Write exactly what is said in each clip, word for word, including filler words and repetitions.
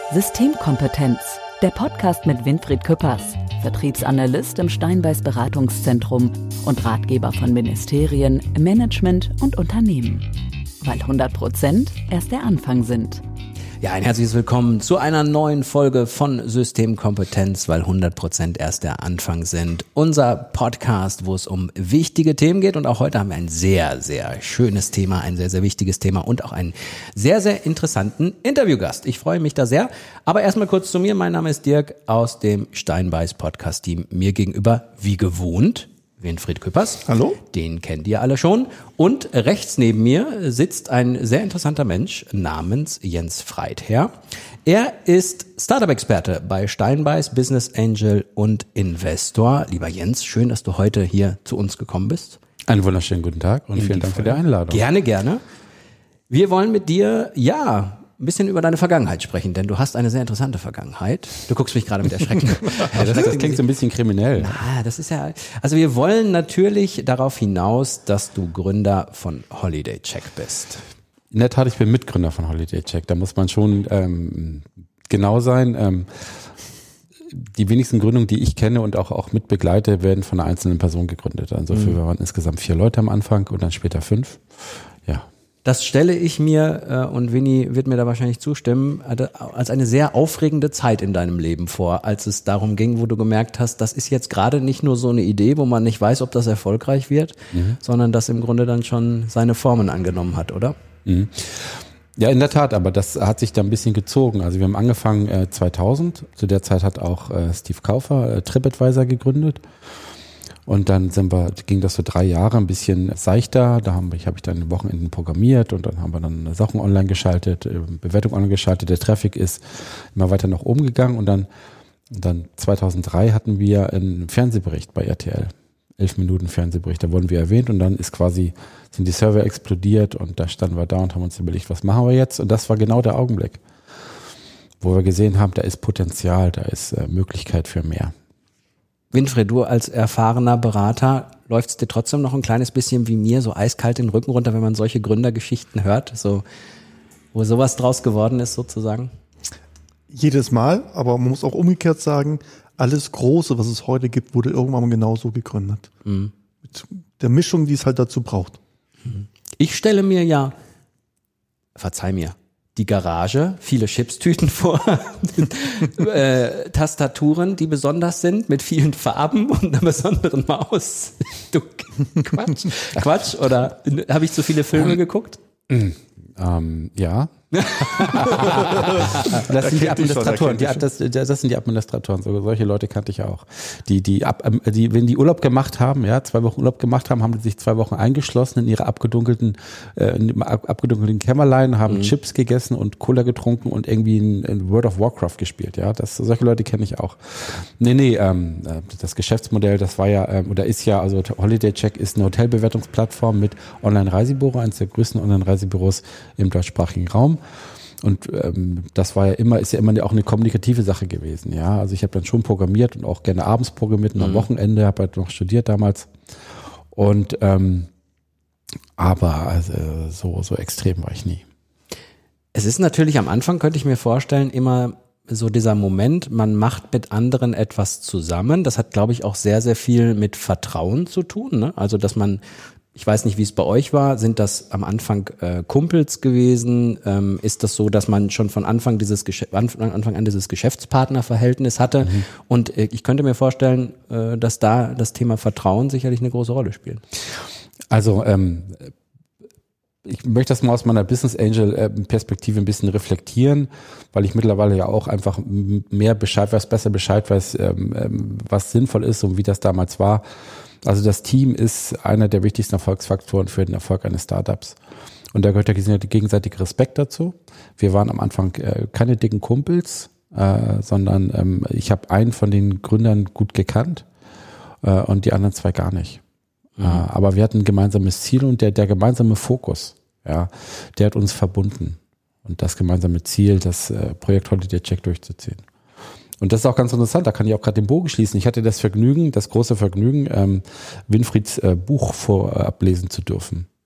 Systemkompetenz, der Podcast mit Winfried Küppers, Vertriebsanalyst im Steinbeiß Beratungszentrum und Ratgeber von Ministerien, Management und Unternehmen. Weil hundert Prozent erst der Anfang sind. Ja, ein herzliches Willkommen zu einer neuen Folge von Systemkompetenz, weil hundert Prozent erst der Anfang sind. Unser Podcast, wo es um wichtige Themen geht, und auch heute haben wir ein sehr, sehr schönes Thema, ein sehr, sehr wichtiges Thema und auch einen sehr, sehr interessanten Interviewgast. Ich freue mich da sehr. Aber erstmal kurz zu mir. Mein Name ist Dirk aus dem Steinbeiß Podcast Team. Mir gegenüber, wie gewohnt, Winfried Küppers. Hallo. Den kennt ihr alle schon. Und rechts neben mir sitzt ein sehr interessanter Mensch namens Jens Freitherr. Er ist Startup-Experte bei Steinbeiß, Business Angel und Investor. Lieber Jens, schön, dass du heute hier zu uns gekommen bist. Einen wunderschönen guten Tag und vielen Dank für die Einladung. Gerne, gerne. Wir wollen mit dir, ja, ein bisschen über deine Vergangenheit sprechen, denn du hast eine sehr interessante Vergangenheit. Du guckst mich gerade mit Erschrecken. Ja, das, das klingt so ein bisschen kriminell. Na, das ist ja, also wir wollen natürlich darauf hinaus, dass du Gründer von Holiday Check bist. In der Tat, ich bin Mitgründer von Holiday Check. Da muss man schon ähm, genau sein. Ähm, die wenigsten Gründungen, die ich kenne und auch, auch mit begleite, werden von einer einzelnen Person gegründet. Also mhm. wir waren insgesamt vier Leute am Anfang und dann später fünf. Ja. Das stelle ich mir, äh, und Winnie wird mir da wahrscheinlich zustimmen, als eine sehr aufregende Zeit in deinem Leben vor, als es darum ging, wo du gemerkt hast, das ist jetzt gerade nicht nur so eine Idee, wo man nicht weiß, ob das erfolgreich wird, mhm. sondern das im Grunde dann schon seine Formen angenommen hat, oder? Mhm. Ja, in der Tat, aber das hat sich da ein bisschen gezogen. Also wir haben angefangen äh, zweitausend, zu der Zeit hat auch äh, Steve Kaufer äh, TripAdvisor gegründet. Und dann sind wir, ging das so drei Jahre ein bisschen seichter. Da haben wir, ich habe ich dann in Wochenenden programmiert und dann haben wir dann Sachen online geschaltet, Bewertung online geschaltet. Der Traffic ist immer weiter nach oben gegangen und dann, dann zweitausenddrei hatten wir einen Fernsehbericht bei R T L. Elf Minuten Fernsehbericht, da wurden wir erwähnt und dann ist quasi, sind die Server explodiert und da standen wir da und haben uns überlegt, was machen wir jetzt? Und das war genau der Augenblick, wo wir gesehen haben, da ist Potenzial, da ist äh, Möglichkeit für mehr. Winfried, du als erfahrener Berater, läuft es dir trotzdem noch ein kleines bisschen wie mir so eiskalt den Rücken runter, wenn man solche Gründergeschichten hört, so wo sowas draus geworden ist sozusagen? Jedes Mal, aber man muss auch umgekehrt sagen, alles Große, was es heute gibt, wurde irgendwann mal genauso gegründet. Mhm. Mit der Mischung, die es halt dazu braucht. Ich stelle mir ja, verzeih mir, die Garage, viele Chipstüten vor, äh, Tastaturen, die besonders sind, mit vielen Farben und einer besonderen Maus. Du, Quatsch. Quatsch, oder habe ich zu viele Filme ähm, geguckt? Ähm, ja. das sind die Administratoren, die, das, das sind die Administratoren, so, solche Leute kannte ich auch. Die, die, ab, die, wenn die Urlaub gemacht haben, ja, zwei Wochen Urlaub gemacht haben, haben die sich zwei Wochen eingeschlossen in ihre abgedunkelten, äh, in abgedunkelten Kämmerlein, haben mhm. Chips gegessen und Cola getrunken und irgendwie in, in World of Warcraft gespielt, ja. Das, solche Leute kenne ich auch. Nee, nee, ähm, das Geschäftsmodell, das war ja, ähm, oder ist ja, also Holiday Check ist eine Hotelbewertungsplattform mit Online-Reisebüro, eines der größten Online-Reisebüros im deutschsprachigen Raum. Und ähm, das war ja immer, ist ja immer auch eine kommunikative Sache gewesen, ja. Also ich habe dann schon programmiert und auch gerne abends programmiert und mhm. am Wochenende, habe halt noch studiert damals. Und ähm, aber also so so extrem war ich nie. Es ist natürlich am Anfang, könnte ich mir vorstellen, immer so dieser Moment, man macht mit anderen etwas zusammen. Das hat, glaube ich, auch sehr, sehr viel mit Vertrauen zu tun, ne? Also dass man, ich weiß nicht, wie es bei euch war. Sind das am Anfang äh, Kumpels gewesen? Ähm, ist das so, dass man schon von Anfang dieses Gesch- Anfang an dieses Geschäftspartnerverhältnis hatte? Mhm. Und äh, ich könnte mir vorstellen, äh, dass da das Thema Vertrauen sicherlich eine große Rolle spielt. Also ähm, ich möchte das mal aus meiner Business Angel äh, Perspektive ein bisschen reflektieren, weil ich mittlerweile ja auch einfach mehr Bescheid weiß, besser Bescheid weiß, ähm, was sinnvoll ist und wie das damals war. Also das Team ist einer der wichtigsten Erfolgsfaktoren für den Erfolg eines Startups. Und da gehört der gegenseitige Respekt dazu. Wir waren am Anfang äh, keine dicken Kumpels, äh, sondern ähm, ich habe einen von den Gründern gut gekannt äh, und die anderen zwei gar nicht. Mhm. Äh, aber wir hatten ein gemeinsames Ziel und der, der gemeinsame Fokus, ja, der hat uns verbunden. Und das gemeinsame Ziel, das äh, Projekt Holiday Check durchzuziehen. Und das ist auch ganz interessant, da kann ich auch gerade den Bogen schließen. Ich hatte das Vergnügen, das große Vergnügen, ähm, Winfrieds äh, Buch vorablesen zu dürfen.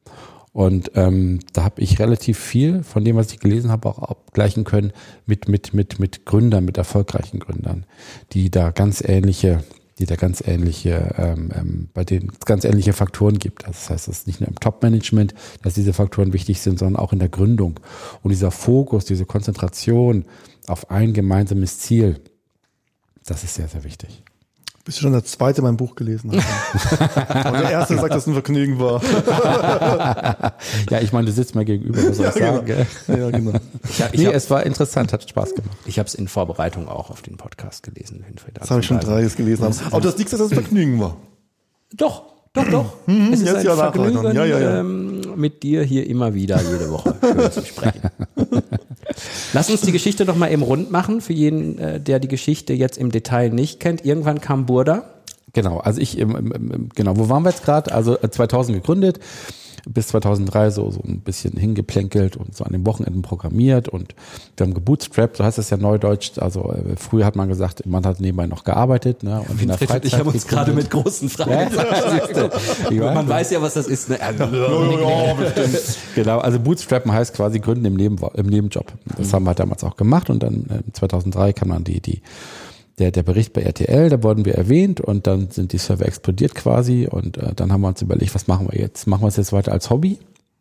Und ähm, da habe ich relativ viel von dem, was ich gelesen habe, auch abgleichen können mit mit mit mit Gründern, mit erfolgreichen Gründern, die da ganz ähnliche, die da ganz ähnliche, ähm, ähm, bei denen es ganz ähnliche Faktoren gibt. Das heißt, es ist nicht nur im Top-Management, dass diese Faktoren wichtig sind, sondern auch in der Gründung. Und dieser Fokus, diese Konzentration auf ein gemeinsames Ziel, das ist sehr, sehr wichtig. Bist du schon der Zweite mein Buch gelesen hast. Und der Erste sagt, dass es ein Vergnügen war. Ja, ich meine, du sitzt mir gegenüber, was soll ich ja, sagen? Genau. Ja, genau. Ich hab, ich Nee, hab, es war interessant, hat Spaß gemacht. ich habe es in Vorbereitung auch auf den Podcast gelesen. Das habe ich schon drei gelesen. Haben. Aber das liegt, dass es ein Vergnügen war. Doch, doch, doch. Mhm, Es ist jetzt ein ja Vergnügen, nachreichen. Ja, ja, ja. Ähm, mit dir hier immer wieder jede Woche schön zu sprechen. Lass uns die Geschichte doch mal eben rund machen, für jeden, äh, der die Geschichte jetzt im Detail nicht kennt. Irgendwann kam Burda. Genau, also ich, ähm, genau, wo waren wir jetzt gerade? Also zweitausend gegründet, bis zweitausenddrei so, so ein bisschen hingeplänkelt und so an den Wochenenden programmiert und wir haben gebootstrapped, so heißt das ja neudeutsch. Also äh, früher hat man gesagt, man hat nebenbei noch gearbeitet. Ne, und in der Freizeit ich habe uns gerade mit großen Fragen. Ja, man weiß ja, was das ist. Ne? Ja, ja, bestimmt. Genau, also Bootstrappen heißt quasi gründen im, Neben, im Nebenjob. Das mhm. haben wir damals auch gemacht und dann äh, zweitausenddrei kam dann die, die Der, der Bericht bei R T L, da wurden wir erwähnt und dann sind die Server explodiert quasi und äh, dann haben wir uns überlegt, was machen wir jetzt? Machen wir es jetzt weiter als Hobby?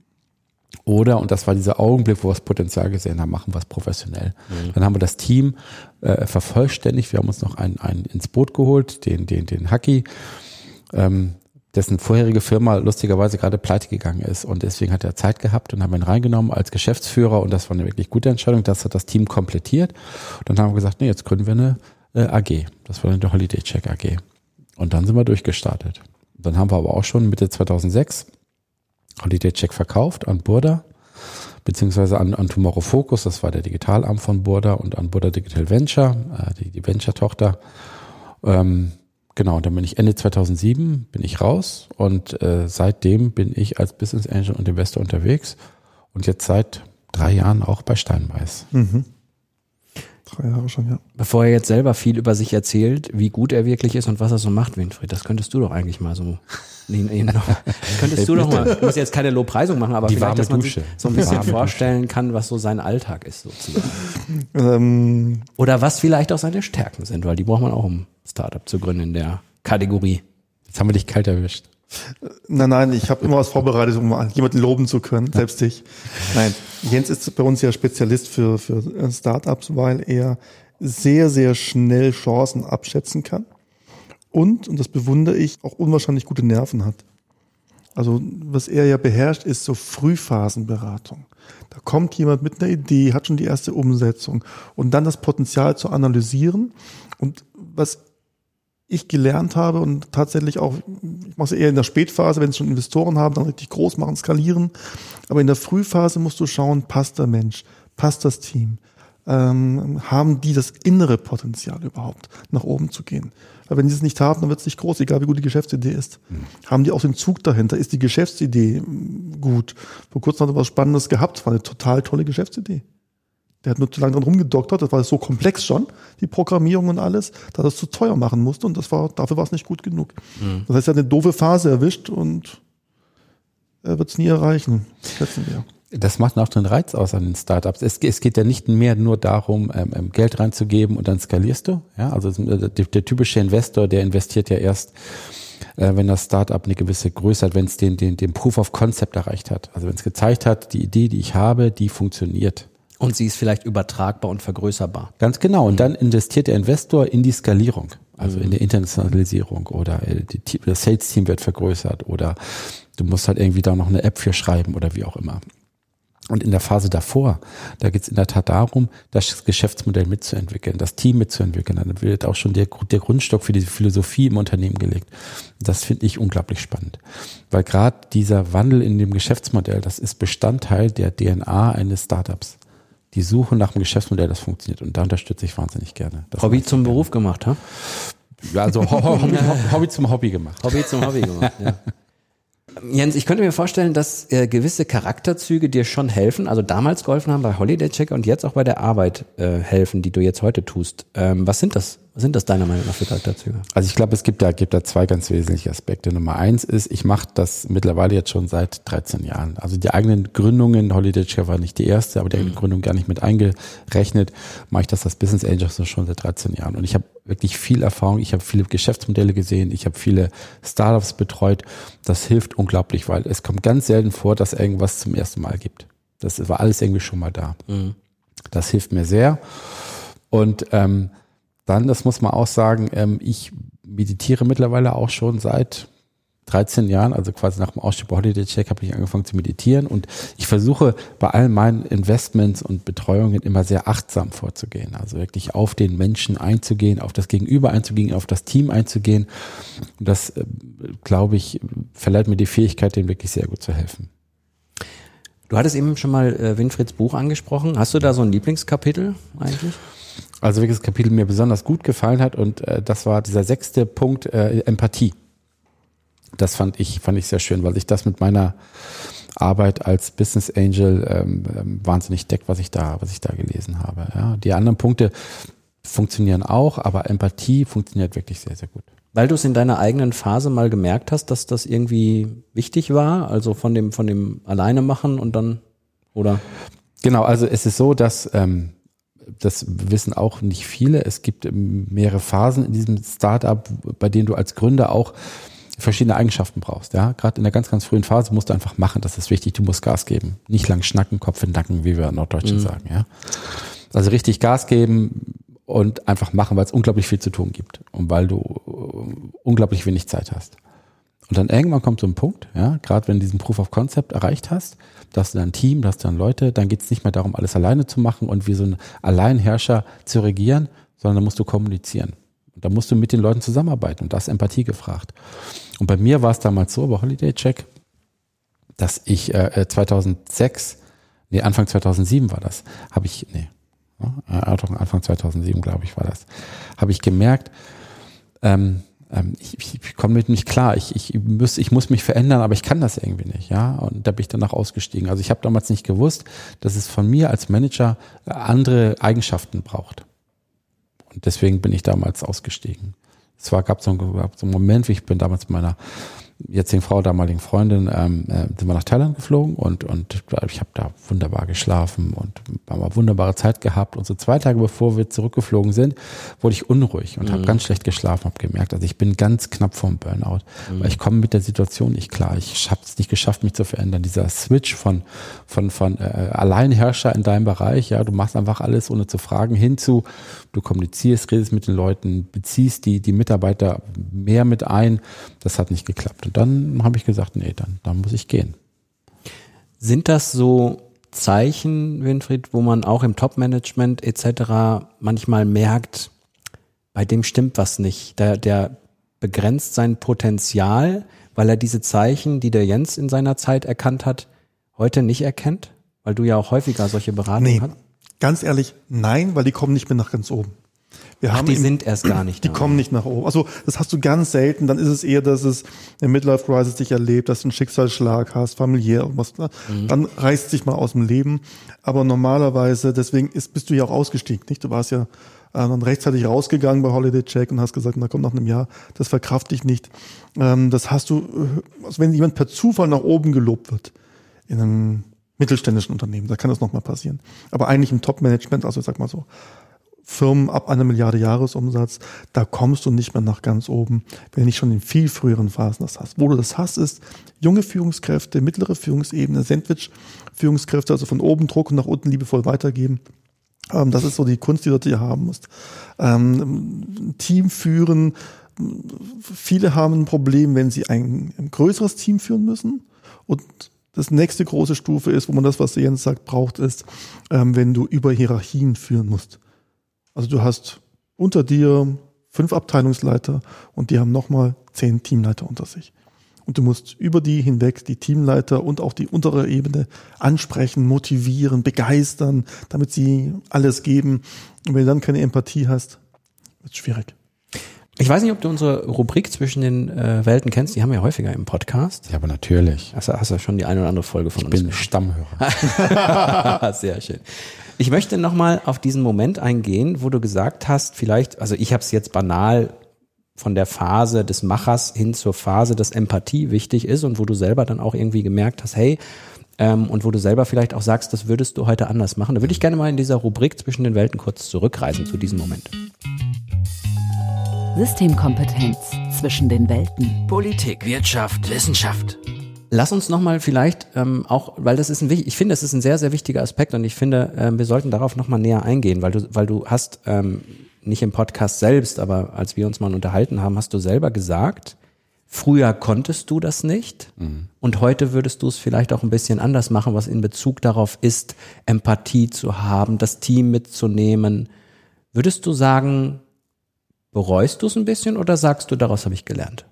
Oder, und das war dieser Augenblick, wo wir das Potenzial gesehen haben, machen wir es professionell. Mhm. Dann haben wir das Team äh, vervollständigt, wir haben uns noch einen, einen ins Boot geholt, den, den, den Haki, ähm, dessen vorherige Firma lustigerweise gerade pleite gegangen ist und deswegen hat er Zeit gehabt und haben ihn reingenommen als Geschäftsführer und das war eine wirklich gute Entscheidung, das hat das Team komplettiert und dann haben wir gesagt, nee, jetzt gründen wir eine A G. Das war dann die Holiday Check A G. Und dann sind wir durchgestartet. Dann haben wir aber auch schon Mitte zweitausendsechs Holiday Check verkauft an Burda, beziehungsweise an, an Tomorrow Focus, das war der Digitalarm von Burda und an Burda Digital Venture, äh, die, die Venture-Tochter. Ähm, genau, dann bin ich Ende zweitausendsieben bin ich raus und äh, seitdem bin ich als Business Angel und Investor unterwegs und jetzt seit drei Jahren auch bei Steinbeiß. Mhm. Drei Jahre schon, ja. Bevor er jetzt selber viel über sich erzählt, wie gut er wirklich ist und was er so macht, Winfried, das könntest du doch eigentlich mal so. Könntest du doch mal, du musst jetzt keine Lobpreisung machen, aber die vielleicht, dass man Dusche. sich so ein bisschen vorstellen kann, was so sein Alltag ist sozusagen. Ähm, Oder was vielleicht auch seine Stärken sind, weil die braucht man auch, um Startup zu gründen in der Kategorie. Jetzt haben wir dich kalt erwischt. Nein, nein, ich habe immer was vorbereitet, um jemanden loben zu können, selbst ich. Nein, Jens ist bei uns ja Spezialist für, für Startups, weil er sehr, sehr schnell Chancen abschätzen kann und, und das bewundere ich, auch unwahrscheinlich gute Nerven hat. Also was er ja beherrscht, ist so Frühphasenberatung. Da kommt jemand mit einer Idee, hat schon die erste Umsetzung und dann das Potenzial zu analysieren und was ich gelernt habe und tatsächlich auch, ich mache es eher in der Spätphase, wenn es schon Investoren haben, dann richtig groß machen, skalieren. Aber in der Frühphase musst du schauen, passt der Mensch, passt das Team, ähm, haben die das innere Potenzial überhaupt, nach oben zu gehen. Weil wenn die es nicht haben, dann wird es nicht groß, egal wie gut die Geschäftsidee ist. Mhm. Haben die auch den Zug dahinter? Ist die Geschäftsidee gut? Vor kurzem hat er was Spannendes gehabt, war eine total tolle Geschäftsidee. Der hat nur zu lange dran rumgedoktert, das war so komplex schon, die Programmierung und alles, dass er es zu teuer machen musste und das war, dafür war es nicht gut genug. Mhm. Das heißt, er hat eine doofe Phase erwischt und er wird es nie erreichen, schätzen wir. Das macht auch den Reiz aus an den Startups. Es, es geht ja nicht mehr nur darum, ähm, Geld reinzugeben und dann skalierst du. Ja, also der, der typische Investor, der investiert ja erst, äh, wenn das Startup eine gewisse Größe hat, wenn es den, den, den Proof of Concept erreicht hat. Also wenn es gezeigt hat, die Idee, die ich habe, die funktioniert. Und sie ist vielleicht übertragbar und vergrößerbar. Ganz genau. Und dann investiert der Investor in die Skalierung, also in der Internationalisierung oder die, das Sales-Team wird vergrößert oder du musst halt irgendwie da noch eine App für schreiben oder wie auch immer. Und in der Phase davor, da geht es in der Tat darum, das Geschäftsmodell mitzuentwickeln, das Team mitzuentwickeln. Dann wird auch schon der, der Grundstock für diese Philosophie im Unternehmen gelegt. Das finde ich unglaublich spannend, weil gerade dieser Wandel in dem Geschäftsmodell, das ist Bestandteil der D N A eines Startups. Die Suche nach einem Geschäftsmodell, das funktioniert. Und da unterstütze ich wahnsinnig gerne. Das Hobby zum gerne. Beruf gemacht, ha? Ja, also Hobby, Hobby zum Hobby gemacht. Hobby zum Hobby gemacht, ja. Jens, ich könnte mir vorstellen, dass äh, gewisse Charakterzüge dir schon helfen, also damals geholfen haben bei Holiday Check und jetzt auch bei der Arbeit äh, helfen, die du jetzt heute tust. Ähm, was sind das? Was sind das deiner Meinung nach für Charakterzüge? Also ich glaube, es gibt da, gibt da zwei ganz wesentliche Aspekte. Nummer eins ist, ich mache das mittlerweile jetzt schon seit dreizehn Jahren. Also die eigenen Gründungen, Holiday Check war nicht die erste, aber die eigene Gründung gar nicht mit eingerechnet, mache ich das als Business Angel schon seit dreizehn Jahren. Und ich habe wirklich viel Erfahrung, ich habe viele Geschäftsmodelle gesehen, ich habe viele Startups betreut. Das hilft unglaublich, weil es kommt ganz selten vor, dass irgendwas zum ersten Mal gibt. Das war alles irgendwie schon mal da. Mhm. Das hilft mir sehr. Und ähm, dann, das muss man auch sagen, ähm, ich meditiere mittlerweile auch schon seit dreizehn Jahren, also quasi nach dem Ausstieg bei Holiday Check habe ich angefangen zu meditieren und ich versuche bei allen meinen Investments und Betreuungen immer sehr achtsam vorzugehen, also wirklich auf den Menschen einzugehen, auf das Gegenüber einzugehen, auf das Team einzugehen. Und das, äh, glaube ich, verleiht mir die Fähigkeit, dem wirklich sehr gut zu helfen. Du hattest eben schon mal äh, Winfrieds Buch angesprochen. Hast du da so ein Lieblingskapitel eigentlich? Also welches Kapitel mir besonders gut gefallen hat und äh, das war dieser sechste Punkt, äh, Empathie. Das fand ich fand ich sehr schön, weil sich das mit meiner Arbeit als Business Angel ähm, ähm, wahnsinnig deckt, was ich da was ich da gelesen habe. Ja, die anderen Punkte funktionieren auch, aber Empathie funktioniert wirklich sehr sehr gut. Weil du es in deiner eigenen Phase mal gemerkt hast, dass das irgendwie wichtig war, also von dem von dem alleine machen und dann oder? Genau, also es ist so, dass ähm, das wissen auch nicht viele. Es gibt mehrere Phasen in diesem Startup, bei denen du als Gründer auch verschiedene Eigenschaften brauchst. Ja, gerade in der ganz, ganz frühen Phase musst du einfach machen. Das ist wichtig. Du musst Gas geben. Nicht lang schnacken, Kopf in den Nacken, wie wir in Norddeutschen mhm. sagen. Ja, also richtig Gas geben und einfach machen, weil es unglaublich viel zu tun gibt und weil du unglaublich wenig Zeit hast. Und dann irgendwann kommt so ein Punkt, ja, gerade wenn du diesen Proof of Concept erreicht hast, da hast du dann ein Team, da hast du dann Leute, dann geht es nicht mehr darum, alles alleine zu machen und wie so ein Alleinherrscher zu regieren, sondern da musst du kommunizieren. Und da musst du mit den Leuten zusammenarbeiten und da ist Empathie gefragt. Und bei mir war es damals so, bei Holiday Check, dass ich äh, zweitausendsechs, nee, Anfang zweitausendsieben war das, habe ich, nee, ja, doch Anfang zweitausendsieben, glaube ich, war das, habe ich gemerkt, ähm, Ich, ich, ich komme mit nicht klar. Ich, ich, muss, ich muss mich verändern, aber ich kann das irgendwie nicht. Ja, und da bin ich danach ausgestiegen. Also ich habe damals nicht gewusst, dass es von mir als Manager andere Eigenschaften braucht. Und deswegen bin ich damals ausgestiegen. Es war, gab so einen, gab so einen Moment, wie ich bin damals mit meiner jetzigen Frau, damaligen Freundin, ähm, sind wir nach Thailand geflogen und und ich habe da wunderbar geschlafen und haben eine wunderbare Zeit gehabt. Und so zwei Tage bevor wir zurückgeflogen sind, wurde ich unruhig und mhm. habe ganz schlecht geschlafen, habe gemerkt, also ich bin ganz knapp vorm Burnout, mhm. weil ich komme mit der Situation nicht klar. Ich habe es nicht geschafft, mich zu verändern. Dieser Switch von von von äh, Alleinherrscher in deinem Bereich, ja, du machst einfach alles, ohne zu fragen, hinzu, du kommunizierst, redest mit den Leuten, beziehst die die Mitarbeiter mehr mit ein. Das hat nicht geklappt. Und dann habe ich gesagt, nee, dann, dann muss ich gehen. Sind das so Zeichen, Winfried, wo man auch im Top-Management et cetera manchmal merkt, bei dem stimmt was nicht. Der, der begrenzt sein Potenzial, weil er diese Zeichen, die der Jens in seiner Zeit erkannt hat, heute nicht erkennt? Weil du ja auch häufiger solche Beratungen nee, hast. Ganz ehrlich, nein, weil die kommen nicht mehr nach ganz oben. Wir Ach, haben die im, sind erst gar nicht Die da. kommen nicht nach oben. Also das hast du ganz selten. Dann ist es eher, dass es eine Midlife-Crisis dich erlebt, dass du einen Schicksalsschlag hast, familiär irgendwas. Mhm. Dann reißt sich mal aus dem Leben. Aber normalerweise, deswegen ist, bist du ja auch ausgestiegen, nicht? Du warst ja äh, dann rechtzeitig rausgegangen bei Holiday Check und hast gesagt, na komm, nach einem Jahr, das verkraft dich nicht. Ähm, das hast du, also wenn jemand per Zufall nach oben gelobt wird, in einem mittelständischen Unternehmen, da kann das nochmal passieren. Aber eigentlich im Top-Management, also sag mal so, Firmen ab einer Milliarde Jahresumsatz, da kommst du nicht mehr nach ganz oben, wenn du nicht schon in viel früheren Phasen das hast. Wo du das hast, ist junge Führungskräfte, mittlere Führungsebene, Sandwich-Führungskräfte, also von oben Druck und nach unten liebevoll weitergeben. Ähm, das ist so die Kunst, die du hier haben musst. Ähm, Team führen, viele haben ein Problem, wenn sie ein, ein größeres Team führen müssen. Und das nächste große Stufe ist, wo man das, was Jens sagt, braucht, ist, ähm, wenn du über Hierarchien führen musst. Also du hast unter dir fünf Abteilungsleiter und die haben nochmal zehn Teamleiter unter sich. Und du musst über die hinweg die Teamleiter und auch die untere Ebene ansprechen, motivieren, begeistern, damit sie alles geben. Und wenn du dann keine Empathie hast, wird es schwierig. Ich weiß nicht, ob du unsere Rubrik zwischen den äh, Welten kennst. Die haben wir ja häufiger im Podcast. Ja, aber natürlich. Hast du hast ja schon die eine oder andere Folge von ich uns. Ich bin Stammhörer. Sehr schön. Ich möchte nochmal auf diesen Moment eingehen, wo du gesagt hast, vielleicht, also ich habe es jetzt banal von der Phase des Machers hin zur Phase, dass Empathie wichtig ist und wo du selber dann auch irgendwie gemerkt hast, hey, ähm, und wo du selber vielleicht auch sagst, das würdest du heute anders machen. Da würde ich gerne mal in dieser Rubrik zwischen den Welten kurz zurückreisen zu diesem Moment. Systemkompetenz zwischen den Welten. Politik, Wirtschaft, Wissenschaft. Lass uns nochmal vielleicht ähm, auch, weil das ist ein ich finde, das ist ein sehr, sehr wichtiger Aspekt und ich finde, ähm, wir sollten darauf nochmal näher eingehen, weil du, weil du hast, ähm, nicht im Podcast selbst, aber als wir uns mal unterhalten haben, hast du selber gesagt, früher konntest du das nicht mhm. und heute würdest du es vielleicht auch ein bisschen anders machen, was in Bezug darauf ist, Empathie zu haben, das Team mitzunehmen. Würdest du sagen, bereust du es ein bisschen oder sagst du, daraus habe ich gelernt?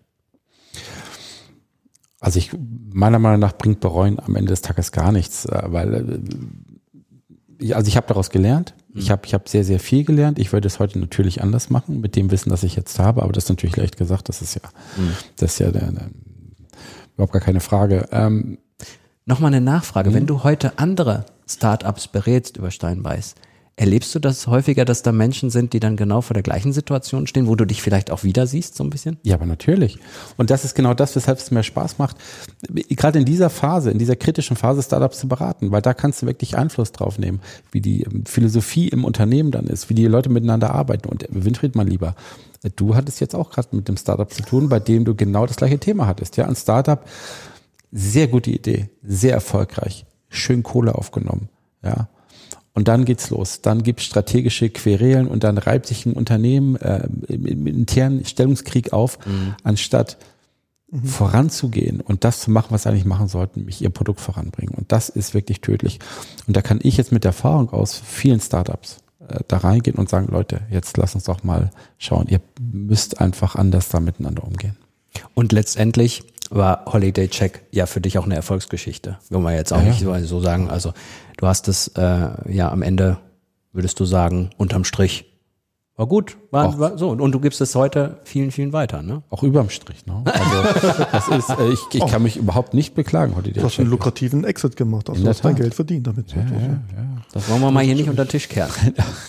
Also ich, meiner Meinung nach bringt Bereuen am Ende des Tages gar nichts, weil, also ich habe daraus gelernt, mhm. ich habe ich hab sehr, sehr viel gelernt, ich würde es heute natürlich anders machen, mit dem Wissen, das ich jetzt habe, aber das ist natürlich leicht gesagt, das ist ja, mhm. das ist ja der, der, überhaupt gar keine Frage. Ähm, Nochmal eine Nachfrage, mhm. wenn du heute andere Startups berätst über Steinbeiß, erlebst du das häufiger, dass da Menschen sind, die dann genau vor der gleichen Situation stehen, wo du dich vielleicht auch wieder siehst, so ein bisschen? Ja, aber natürlich. Und das ist genau das, weshalb es mir Spaß macht, gerade in dieser Phase, in dieser kritischen Phase Startups zu beraten, weil da kannst du wirklich Einfluss drauf nehmen, wie die Philosophie im Unternehmen dann ist, wie die Leute miteinander arbeiten. Und Winfried, mein Lieber, du hattest jetzt auch gerade mit dem Startup zu tun, bei dem du genau das gleiche Thema hattest. Ja, ein Startup, sehr gute Idee, sehr erfolgreich, schön Kohle aufgenommen, ja. Und dann geht's los. Dann gibt's strategische Querelen und dann reibt sich ein Unternehmen äh, im, im internen Stellungskrieg auf, mhm. anstatt mhm. voranzugehen und das zu machen, was sie eigentlich machen sollten, nämlich ihr Produkt voranbringen. Und das ist wirklich tödlich. Und da kann ich jetzt mit Erfahrung aus vielen Startups äh, da reingehen und sagen, Leute, jetzt lasst uns doch mal schauen. Ihr müsst einfach anders da miteinander umgehen. Und letztendlich war Holiday Check ja für dich auch eine Erfolgsgeschichte. Will man jetzt auch ja, nicht ja. so sagen. Also du hast es äh, ja am Ende, würdest du sagen, unterm Strich war gut. War, war so. Und du gibst es heute vielen, vielen weiter, ne? Auch überm Strich, ne? Also das ist, äh, ich, ich kann mich überhaupt nicht beklagen, Holiday Check. Du hast einen lukrativen Exit gemacht, also du hast dein Geld verdient damit. Ja, ja, ja. Das wollen wir mal hier nicht unter den Tisch kehren.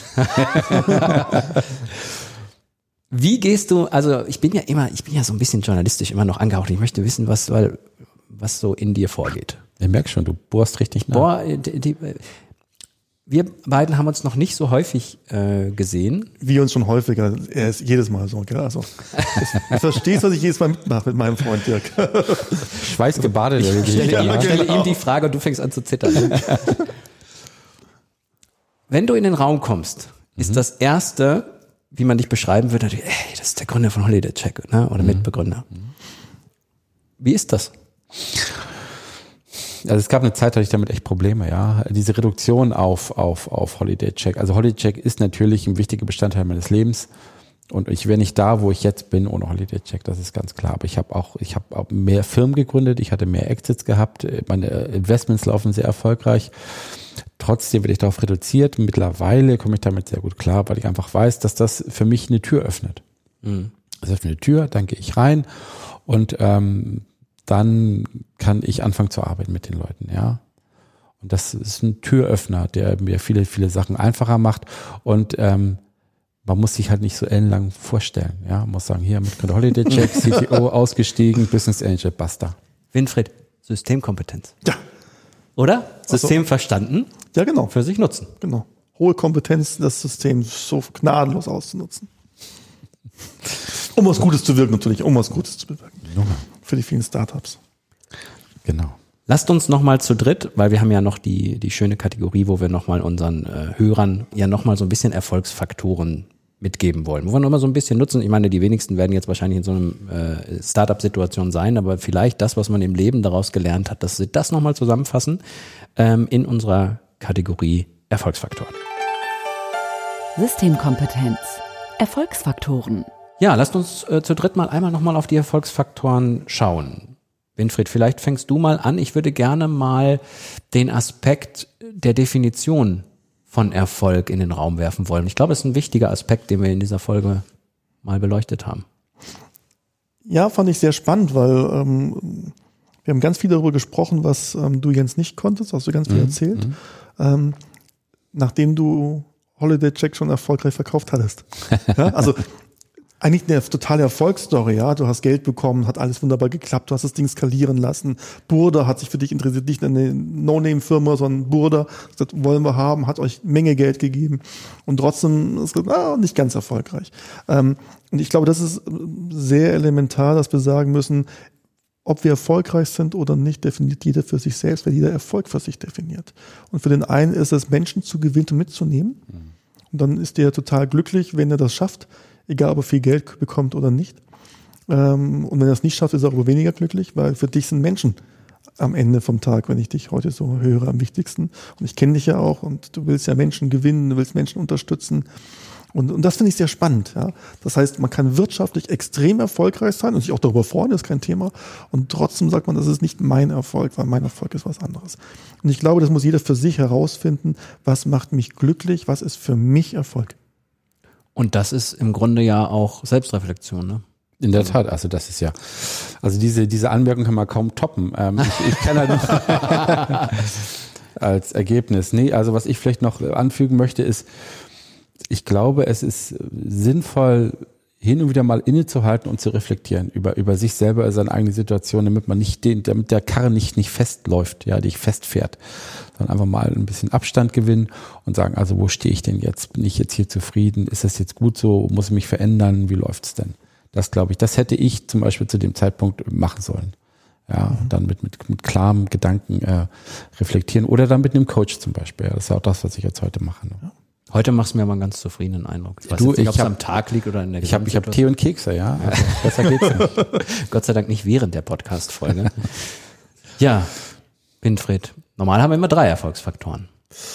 Wie gehst du, also ich bin ja immer, ich bin ja so ein bisschen journalistisch immer noch angehaucht. Ich möchte wissen, was, weil, was so in dir vorgeht. Ich merke schon, du bohrst richtig nach. Boah, die, die, wir beiden haben uns noch nicht so häufig äh, gesehen. Wir uns schon häufiger, er ist jedes Mal so, gell? Also ich verstehst, was ich jedes Mal mitmache mit meinem Freund Dirk. Schweißgebadet. Ich, ich stelle, ja, ihm, stelle genau. ihm die Frage und du fängst an zu zittern. Wenn du in den Raum kommst, ist mhm. das Erste, wie man dich beschreiben würde, ey, das ist der Gründer von Holiday Check, ne? Oder mhm. Mitbegründer. Wie ist das? Also es gab eine Zeit, da hatte ich damit echt Probleme, ja. Diese Reduktion auf, auf, auf Holiday Check. Also Holiday Check ist natürlich ein wichtiger Bestandteil meines Lebens. Und ich wäre nicht da, wo ich jetzt bin, ohne Holiday Check, das ist ganz klar. Aber ich habe auch, ich habe auch mehr Firmen gegründet, ich hatte mehr Exits gehabt, meine Investments laufen sehr erfolgreich. Trotzdem werde ich darauf reduziert. Mittlerweile komme ich damit sehr gut klar, weil ich einfach weiß, dass das für mich eine Tür öffnet. Mhm. Das öffnet eine Tür, dann gehe ich rein und ähm, dann kann ich anfangen zu arbeiten mit den Leuten, ja. Und das ist ein Türöffner, der mir viele, viele Sachen einfacher macht und ähm, man muss sich halt nicht so ellenlang vorstellen, ja. Man muss sagen, hier mit Holiday Check, C T O ausgestiegen, Business Angel, basta. Winfried, Systemkompetenz. Ja. Oder? System so. Verstanden? Ja, genau. Für sich nutzen. Genau. Hohe Kompetenz, das System so gnadenlos auszunutzen. Um was Gutes zu wirken natürlich, um was Gutes zu bewirken. Ja. Für die vielen Startups. Genau. Lasst uns nochmal zu dritt, weil wir haben ja noch die, die schöne Kategorie, wo wir nochmal unseren äh, Hörern ja nochmal so ein bisschen Erfolgsfaktoren mitgeben wollen. Wo wir nochmal so ein bisschen nutzen. Ich meine, die wenigsten werden jetzt wahrscheinlich in so einem äh, Startup-Situation sein, aber vielleicht das, was man im Leben daraus gelernt hat, dass sie das nochmal zusammenfassen ähm, in unserer Kategorie Erfolgsfaktoren. Systemkompetenz. Erfolgsfaktoren. Ja, lasst uns äh, zu dritt mal einmal nochmal auf die Erfolgsfaktoren schauen. Winfried, vielleicht fängst du mal an. Ich würde gerne mal den Aspekt der Definition von Erfolg in den Raum werfen wollen. Ich glaube, es ist ein wichtiger Aspekt, den wir in dieser Folge mal beleuchtet haben. Ja, fand ich sehr spannend, weil ähm, wir haben ganz viel darüber gesprochen, was ähm, du, Jens, nicht konntest, hast du ganz viel mhm. erzählt. Mhm. Ähm, nachdem du Holiday Check schon erfolgreich verkauft hattest. Ja, also eigentlich eine totale Erfolgsstory, ja. Du hast Geld bekommen, hat alles wunderbar geklappt, du hast das Ding skalieren lassen. Burda hat sich für dich interessiert, nicht eine No-Name-Firma, sondern Burda, das wollen wir haben, hat euch Menge Geld gegeben und trotzdem ist es ah, nicht ganz erfolgreich. Ähm, und ich glaube, das ist sehr elementar, dass wir sagen müssen, ob wir erfolgreich sind oder nicht, definiert jeder für sich selbst, weil jeder Erfolg für sich definiert. Und für den einen ist es, Menschen zu gewinnen und mitzunehmen. Und dann ist der total glücklich, wenn er das schafft, egal ob er viel Geld bekommt oder nicht. Und wenn er es nicht schafft, ist er aber weniger glücklich, weil für dich sind Menschen am Ende vom Tag, wenn ich dich heute so höre, am wichtigsten. Und ich kenne dich ja auch und du willst ja Menschen gewinnen, du willst Menschen unterstützen. Und, und das finde ich sehr spannend. Ja. Das heißt, man kann wirtschaftlich extrem erfolgreich sein und sich auch darüber freuen, das ist kein Thema. Und trotzdem sagt man, das ist nicht mein Erfolg, weil mein Erfolg ist was anderes. Und ich glaube, das muss jeder für sich herausfinden, was macht mich glücklich, was ist für mich Erfolg. Und das ist im Grunde ja auch Selbstreflexion, ne? In der Tat, also das ist ja, also diese diese Anmerkung kann man kaum toppen. Ähm, ich, ich kann halt nicht als Ergebnis. Nee, also was ich vielleicht noch anfügen möchte ist, ich glaube, es ist sinnvoll, hin und wieder mal innezuhalten und zu reflektieren über über sich selber, seine eigene Situation, damit man nicht den, damit der Karre nicht nicht festläuft, ja, die festfährt, sondern einfach mal ein bisschen Abstand gewinnen und sagen, also wo stehe ich denn jetzt? Bin ich jetzt hier zufrieden? Ist das jetzt gut so? Muss ich mich verändern? Wie läuft's denn? Das glaube ich, das hätte ich zum Beispiel zu dem Zeitpunkt machen sollen. Ja, mhm. dann mit, mit, mit klarem Gedanken äh, reflektieren oder dann mit einem Coach zum Beispiel. Ja, das ist ja auch das, was ich jetzt heute mache. Ne? Ja. Heute machst du mir aber einen ganz zufriedenen Eindruck. Ich weiß du, nicht, ob es am Tag liegt oder in der Ich habe ich hab Tee und Kekse, ja. Also besser geht's nicht. Gott sei Dank nicht während der Podcast-Folge. Ja, Winfried, normal haben wir immer drei Erfolgsfaktoren.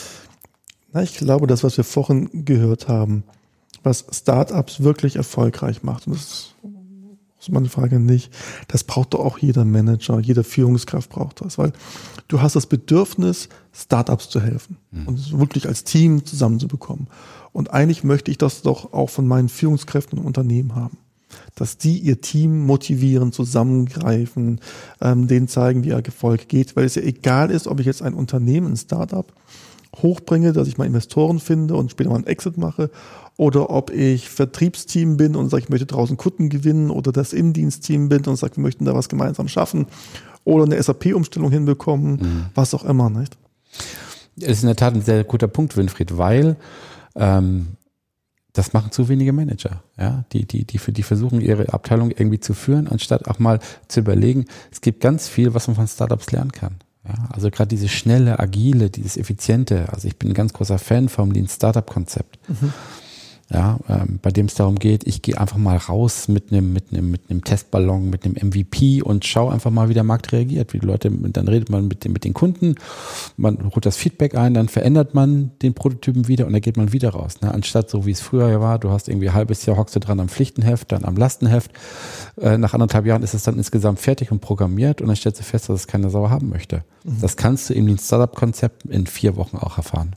Na, ich glaube, das, was wir vorhin gehört haben, was Startups wirklich erfolgreich macht, und das ist meine Frage nicht, das braucht doch auch jeder Manager, jede Führungskraft braucht das, weil du hast das Bedürfnis, Startups zu helfen mhm. und es wirklich als Team zusammenzubekommen. Und eigentlich möchte ich das doch auch von meinen Führungskräften im Unternehmen haben, dass die ihr Team motivieren, zusammengreifen, ähm, denen zeigen, wie Erfolg geht, weil es ja egal ist, ob ich jetzt ein Unternehmen, ein Startup hochbringe, dass ich mal Investoren finde und später mal einen Exit mache, oder ob ich Vertriebsteam bin und sage, ich möchte draußen Kunden gewinnen, oder das Innendienstteam bin und sage, wir möchten da was gemeinsam schaffen, oder eine S A P-Umstellung hinbekommen, mhm. was auch immer, nicht? Das ist in der Tat ein sehr guter Punkt, Winfried, weil ähm, das machen zu wenige Manager, ja, die die die für die versuchen, ihre Abteilung irgendwie zu führen, anstatt auch mal zu überlegen. Es gibt ganz viel, was man von Startups lernen kann. Ja, also gerade diese schnelle, agile, dieses effiziente. Also ich bin ein ganz großer Fan vom Lean Startup Konzept. Mhm. Ja, ähm, bei dem es darum geht, ich gehe einfach mal raus mit einem mit einem mit einem Testballon, mit einem M V P und schaue einfach mal, wie der Markt reagiert, wie die Leute, dann redet man mit den mit den Kunden, man holt das Feedback ein, dann verändert man den Prototypen wieder und dann geht man wieder raus. Ne? Anstatt so wie es früher war, du hast irgendwie ein halbes Jahr hockst du dran am Pflichtenheft, dann am Lastenheft. Äh, nach anderthalb Jahren ist es dann insgesamt fertig und programmiert und dann stellst du fest, dass es keine Sau haben möchte. Mhm. Das kannst du im Lean Startup Konzept in vier Wochen auch erfahren.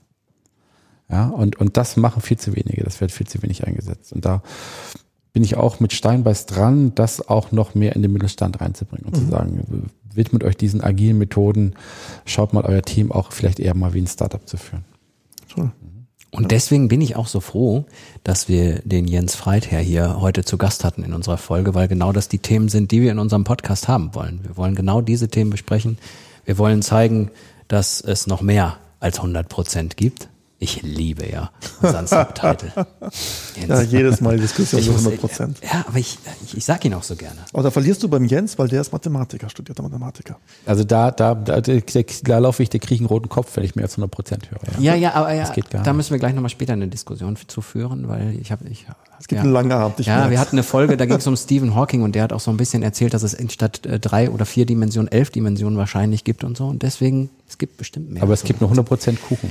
Ja, und, und das machen viel zu wenige, das wird viel zu wenig eingesetzt. Und da bin ich auch mit Steinbeiß dran, das auch noch mehr in den Mittelstand reinzubringen und mhm. zu sagen, widmet euch diesen agilen Methoden, schaut mal euer Team auch vielleicht eher mal wie ein Startup zu führen. Toll. Und deswegen bin ich auch so froh, dass wir den Jens Freitherr hier heute zu Gast hatten in unserer Folge, weil genau das die Themen sind, die wir in unserem Podcast haben wollen. Wir wollen genau diese Themen besprechen. Wir wollen zeigen, dass es noch mehr als hundert Prozent gibt. Ich liebe ja unseren Subtitle. Ja, jedes Mal Diskussion über hundert Prozent. Ja, aber ich, ich, ich sag ihn auch so gerne. Aber da verlierst du beim Jens, weil der ist Mathematiker, studierter Mathematiker. Also da, da, da, da, da laufe ich, da kriege ich einen roten Kopf, wenn ich mehr als hundert Prozent höre. Ja, ja, ja aber ja, da müssen wir gleich nochmal später eine Diskussion zu führen, weil ich habe, ich Es gibt ja. einen langen Abend. Ja, merk's. Wir hatten eine Folge, da ging es um Stephen Hawking und der hat auch so ein bisschen erzählt, dass es statt äh, drei oder vier Dimensionen elf Dimensionen wahrscheinlich gibt und so. Und deswegen, es gibt bestimmt mehr. Aber es gibt nur hundert Prozent Kuchen.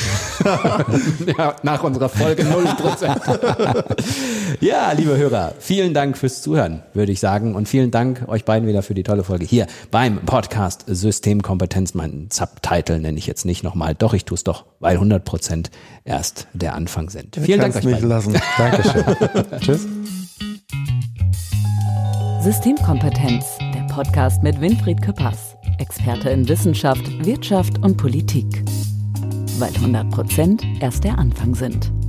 Ja, nach unserer Folge null Prozent. Ja, liebe Hörer, vielen Dank fürs Zuhören, würde ich sagen. Und vielen Dank euch beiden wieder für die tolle Folge hier beim Podcast Systemkompetenz. Mein Subtitle nenne ich jetzt nicht nochmal. Doch, ich tue es doch, weil hundert Prozent erst der Anfang sind. Ja, vielen Dank euch beiden. Lassen. Dankeschön. Tschüss. Systemkompetenz, der Podcast mit Winfried Küppers, Experte in Wissenschaft, Wirtschaft und Politik. weil hundert Prozent erst der Anfang sind.